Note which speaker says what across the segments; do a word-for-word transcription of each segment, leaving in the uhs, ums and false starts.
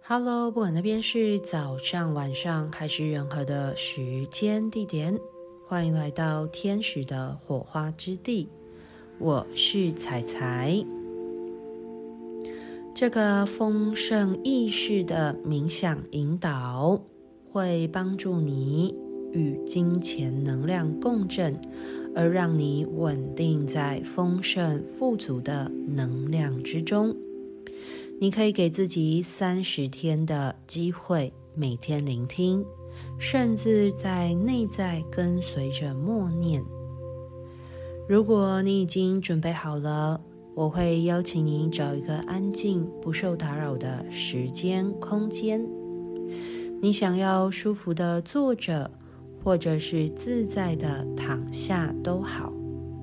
Speaker 1: Hello， 不管那边是早上、晚上还是任何的时间地点，欢迎来到天使的火花之地。我是彩彩。这个丰盛意识的冥想引导，会帮助你与金钱能量共振，而让你稳定在丰盛富足的能量之中。你可以给自己三十天的机会，每天聆听，甚至在内在跟随着默念。如果你已经准备好了，我会邀请你找一个安静、不受打扰的时间空间。你想要舒服的坐着，或者是自在的躺下都好。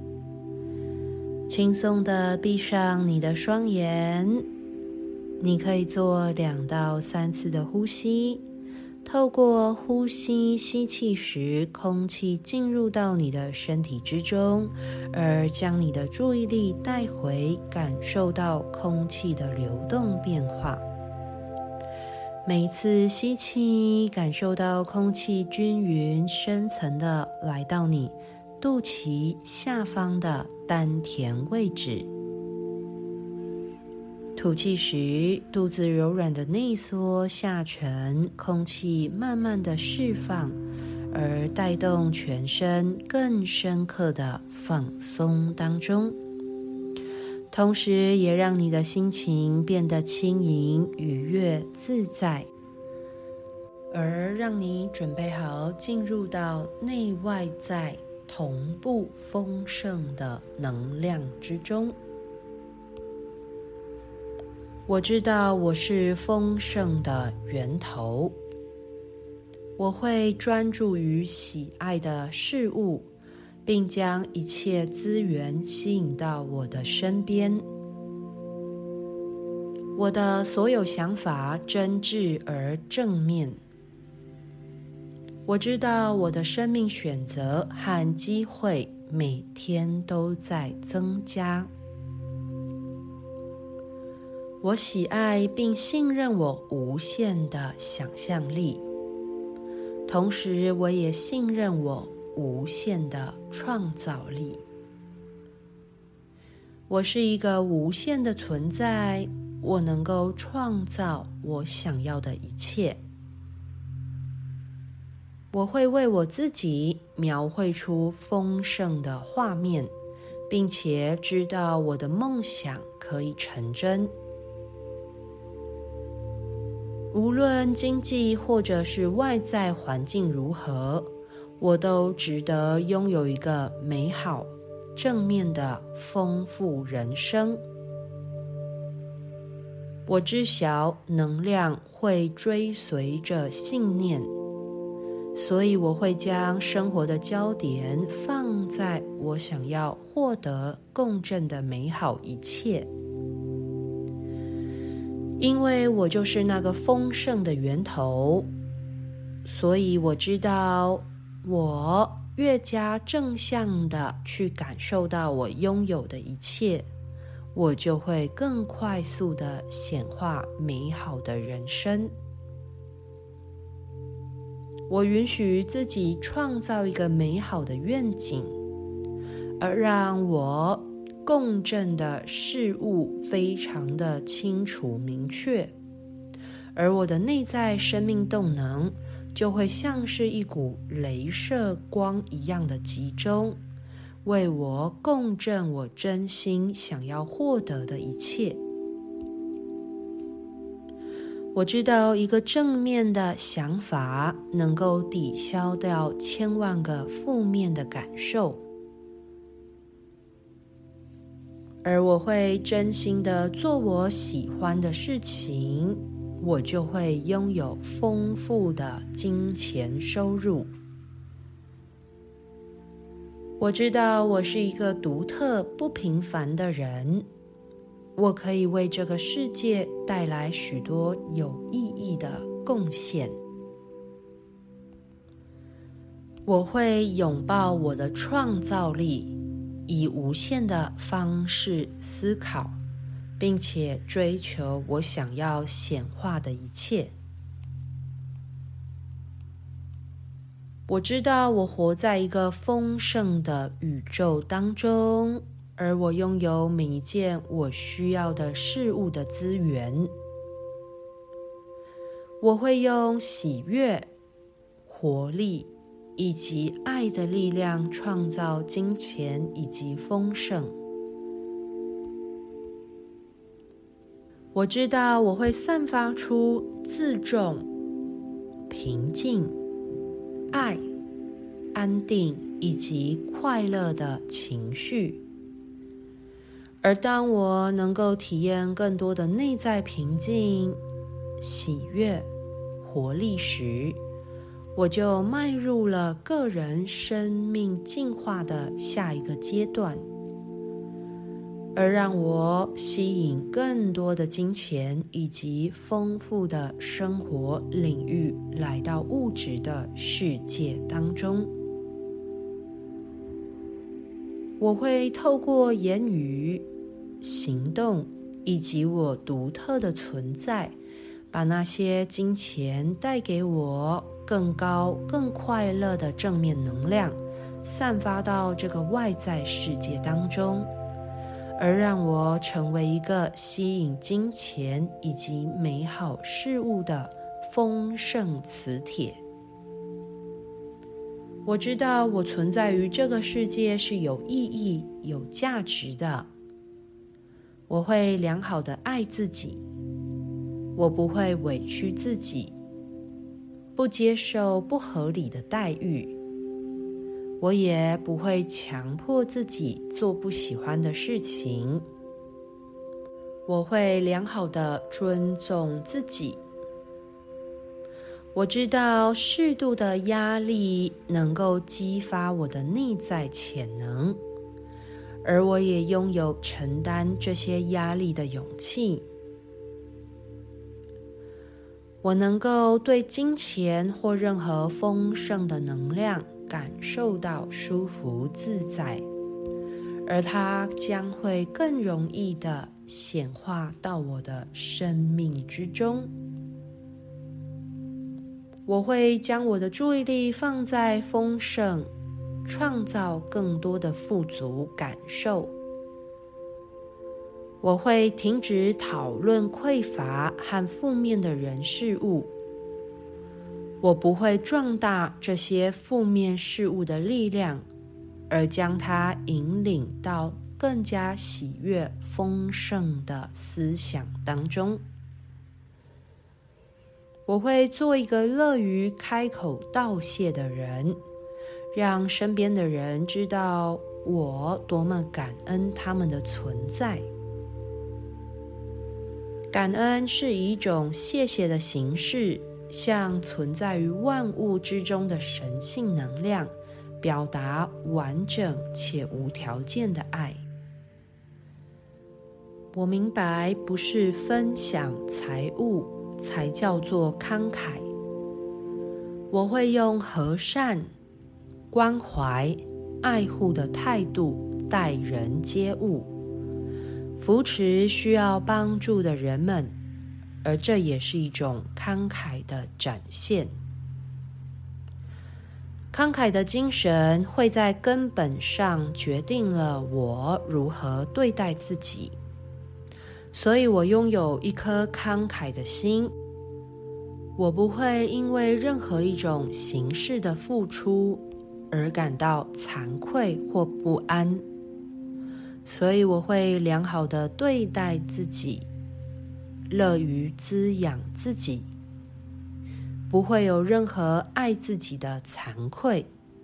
Speaker 1: 轻松的闭上你的双眼。你可以做两到三次的呼吸，透过呼吸吸气时，空气进入到你的身体之中，而将你的注意力带回，感受到空气的流动变化。每一次吸气，感受到空气均匀深层的来到你肚脐下方的丹田位置。吐气时，肚子柔软的内缩下沉，空气慢慢的释放，而带动全身更深刻的放松当中，同时也让你的心情变得轻盈、愉悦、自在，而让你准备好进入到内外在同步丰盛的能量之中。我知道我是丰盛的源头，我会专注于喜爱的事物，并将一切资源吸引到我的身边。我的所有想法真挚而正面。我知道我的生命选择和机会每天都在增加。我喜爱并信任我无限的想象力，同时我也信任我无限的创造力。我是一个无限的存在，我能够创造我想要的一切。我会为我自己描绘出丰盛的画面，并且知道我的梦想可以成真。无论经济或者是外在环境如何，我都值得拥有一个美好、正面的丰富人生。我知晓能量会追随着信念，所以我会将生活的焦点放在我想要获得共振的美好一切。因为我就是那个丰盛的源头，所以我知道，我越加正向的去感受到我拥有的一切，我就会更快速的显化美好的人生。我允许自己创造一个美好的愿景，而让我共振的事物非常的清楚明确，而我的内在生命动能就会像是一股雷射光一样的集中，为我共振我真心想要获得的一切。我知道一个正面的想法能够抵消掉千万个负面的感受，而我会真心的做我喜欢的事情，我就会拥有丰富的金钱收入。我知道我是一个独特不平凡的人，我可以为这个世界带来许多有意义的贡献。我会拥抱我的创造力，以无限的方式思考， 并且追求我想要显化的一切。我知道我活在一个丰盛的宇宙当中，而我拥有每一件我需要的事物的资源。我会用喜悦、活力以及爱的力量创造金钱以及丰盛。我知道我会散发出自重、平静、爱、安定以及快乐的情绪。而当我能够体验更多的内在平静、喜悦、活力时，我就迈入了个人生命进化的下一个阶段，而让我吸引更多的金钱以及丰富的生活领域来到物质的世界当中。我会透过言语、行动以及我独特的存在，把那些金钱带给我更高、更快乐的正面能量散发到这个外在世界当中，而让我成为一个吸引金钱以及美好事物的丰盛磁铁。我知道我存在于这个世界是有意义、有价值的。我会良好的爱自己，我不会委屈自己，不接受不合理的待遇，我也不会强迫自己做不喜欢的事情。我会良好的尊重自己。我知道适度的压力能够激发我的内在潜能，而我也拥有承担这些压力的勇气。我能够对金钱或任何丰盛的能量感受到舒服自在，而它将会更容易地显化到我的生命之中。我会将我的注意力放在丰盛，创造更多的富足感受。我会停止讨论匮乏和负面的人事物。我不会壮大这些负面事物的力量，而将它引领到更加喜悦丰盛的思想当中。我会做一个乐于开口道谢的人，让身边的人知道我多么感恩他们的存在。感恩是以一种谢谢的形式，向存在于万物之中的神性能量表达完整且无条件的爱。我明白，不是分享财物才叫做慷慨。我会用和善、关怀、爱护的态度待人接物，扶持需要帮助的人们，而这也是一种慷慨的展现。慷慨的精神会在根本上决定了我如何对待自己，所以我拥有一颗慷慨的心。我不会因为任何一种形式的付出而感到惭愧或不安，所以我会良好的对待自己，乐于滋养自己，不会有任何爱自己的惭愧。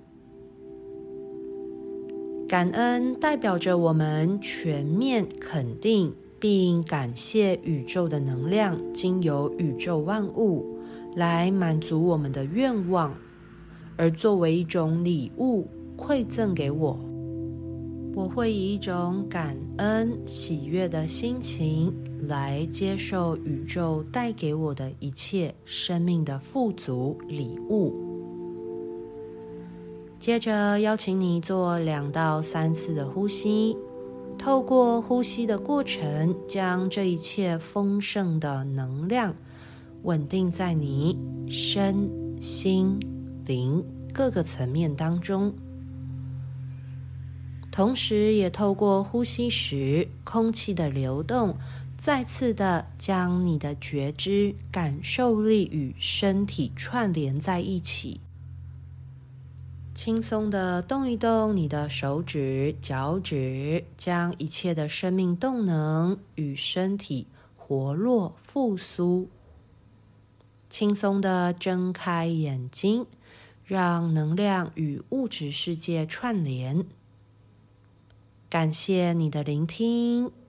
Speaker 1: 感恩代表着我们全面肯定并感谢宇宙的能量，经由宇宙万物来满足我们的愿望，而作为一种礼物馈赠给我。我会以一种感恩、喜悦的心情来接受宇宙带给我的一切生命的富足礼物。接着邀请你做两到三次的呼吸， 透过呼吸的过程，将这一切丰盛的能量稳定在你身心灵各个层面当中，同时也透过呼吸时空气的流动，再次的将你的觉知感受力与身体串联在一起。轻松的动一动你的手指、脚趾，将一切的生命动能与身体活络复苏。轻松的睁开眼睛，让能量与物质世界串联。感谢你的聆听，